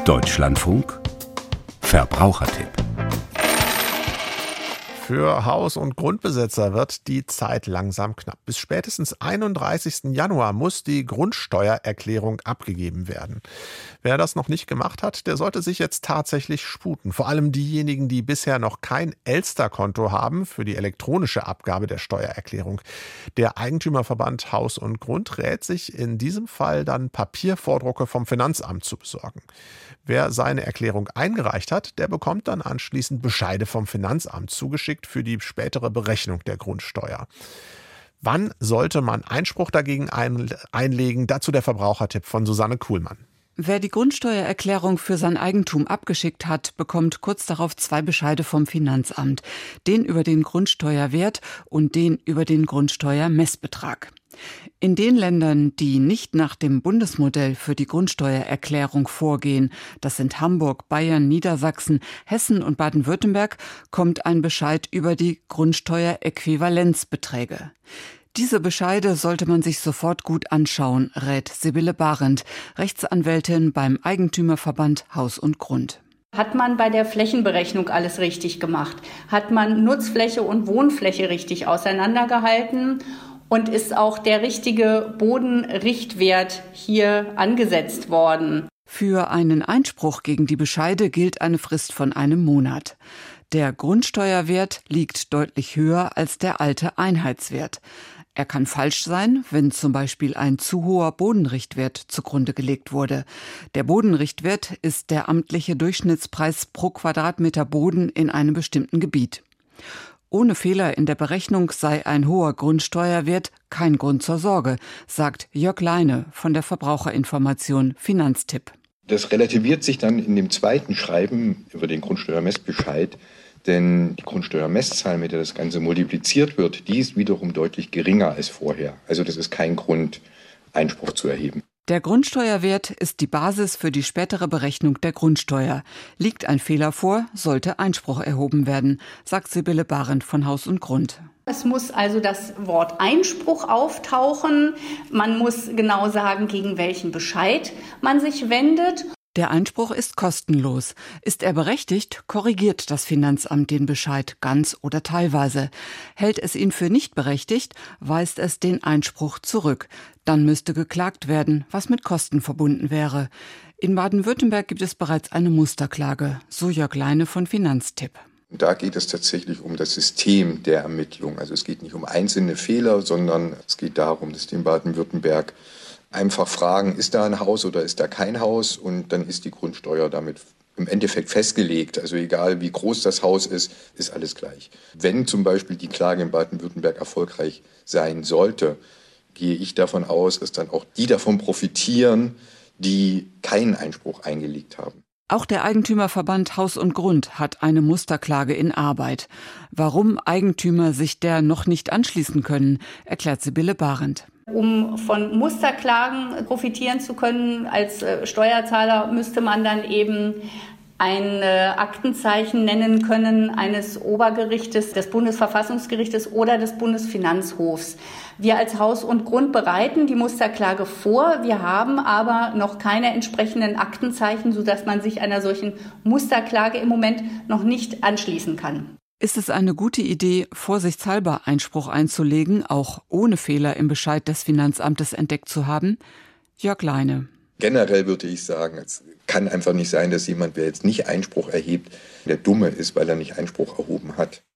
Deutschlandfunk Verbrauchertipp. Für Haus- und Grundbesitzer wird die Zeit langsam knapp. Bis spätestens 31. Januar muss die Grundsteuererklärung abgegeben werden. Wer das noch nicht gemacht hat, der sollte sich jetzt tatsächlich sputen. Vor allem diejenigen, die bisher noch kein Elster-Konto haben für die elektronische Abgabe der Steuererklärung. Der Eigentümerverband Haus und Grund rät sich in diesem Fall dann Papiervordrucke vom Finanzamt zu besorgen. Wer seine Erklärung eingereicht hat, der bekommt dann anschließend Bescheide vom Finanzamt zugeschickt für die spätere Berechnung der Grundsteuer. Wann sollte man Einspruch dagegen einlegen? Dazu der Verbrauchertipp von Susanne Kuhlmann. Wer die Grundsteuererklärung für sein Eigentum abgeschickt hat, bekommt kurz darauf 2 Bescheide vom Finanzamt. Den über den Grundsteuerwert und den über den Grundsteuermessbetrag. In den Ländern, die nicht nach dem Bundesmodell für die Grundsteuererklärung vorgehen, das sind Hamburg, Bayern, Niedersachsen, Hessen und Baden-Württemberg, kommt ein Bescheid über die Grundsteueräquivalenzbeträge. Diese Bescheide sollte man sich sofort gut anschauen, rät Sibylle Bahrendt, Rechtsanwältin beim Eigentümerverband Haus und Grund. Hat man bei der Flächenberechnung alles richtig gemacht? Hat man Nutzfläche und Wohnfläche richtig auseinandergehalten? Und ist auch der richtige Bodenrichtwert hier angesetzt worden? Für einen Einspruch gegen die Bescheide gilt eine Frist von einem Monat. Der Grundsteuerwert liegt deutlich höher als der alte Einheitswert. Er kann falsch sein, wenn zum Beispiel ein zu hoher Bodenrichtwert zugrunde gelegt wurde. Der Bodenrichtwert ist der amtliche Durchschnittspreis pro Quadratmeter Boden in einem bestimmten Gebiet. Ohne Fehler in der Berechnung sei ein hoher Grundsteuerwert kein Grund zur Sorge, sagt Jörg Leine von der Verbraucherinformation Finanztipp. Das relativiert sich dann in dem zweiten Schreiben über den Grundsteuermessbescheid, denn die Grundsteuermesszahl, mit der das Ganze multipliziert wird, die ist wiederum deutlich geringer als vorher. Also das ist kein Grund, Einspruch zu erheben. Der Grundsteuerwert ist die Basis für die spätere Berechnung der Grundsteuer. Liegt ein Fehler vor, sollte Einspruch erhoben werden, sagt Sibylle Bahrendt von Haus und Grund. Es muss also das Wort Einspruch auftauchen. Man muss genau sagen, gegen welchen Bescheid man sich wendet. Der Einspruch ist kostenlos. Ist er berechtigt, korrigiert das Finanzamt den Bescheid ganz oder teilweise. Hält es ihn für nicht berechtigt, weist es den Einspruch zurück. Dann müsste geklagt werden, was mit Kosten verbunden wäre. In Baden-Württemberg gibt es bereits eine Musterklage, so Jörg Leine von Finanztipp. Da geht es tatsächlich um das System der Ermittlung. Also es geht nicht um einzelne Fehler, sondern es geht darum, dass die in Baden-Württemberg einfach fragen, ist da ein Haus oder ist da kein Haus? Und dann ist die Grundsteuer damit im Endeffekt festgelegt. Also egal wie groß das Haus ist alles gleich. Wenn zum Beispiel die Klage in Baden-Württemberg erfolgreich sein sollte, gehe ich davon aus, dass dann auch die davon profitieren, die keinen Einspruch eingelegt haben. Auch der Eigentümerverband Haus und Grund hat eine Musterklage in Arbeit. Warum Eigentümer sich der noch nicht anschließen können, erklärt Sibylle Bahrendt. Um von Musterklagen profitieren zu können als Steuerzahler, müsste man dann eben ein Aktenzeichen nennen können eines Obergerichtes, des Bundesverfassungsgerichtes oder des Bundesfinanzhofs. Wir als Haus und Grund bereiten die Musterklage vor. Wir haben aber noch keine entsprechenden Aktenzeichen, sodass man sich einer solchen Musterklage im Moment noch nicht anschließen kann. Ist es eine gute Idee, vorsichtshalber Einspruch einzulegen, auch ohne Fehler im Bescheid des Finanzamtes entdeckt zu haben? Jörg Leine. Generell würde ich sagen, es kann einfach nicht sein, dass jemand, wer jetzt nicht Einspruch erhebt, der Dumme ist, weil er nicht Einspruch erhoben hat.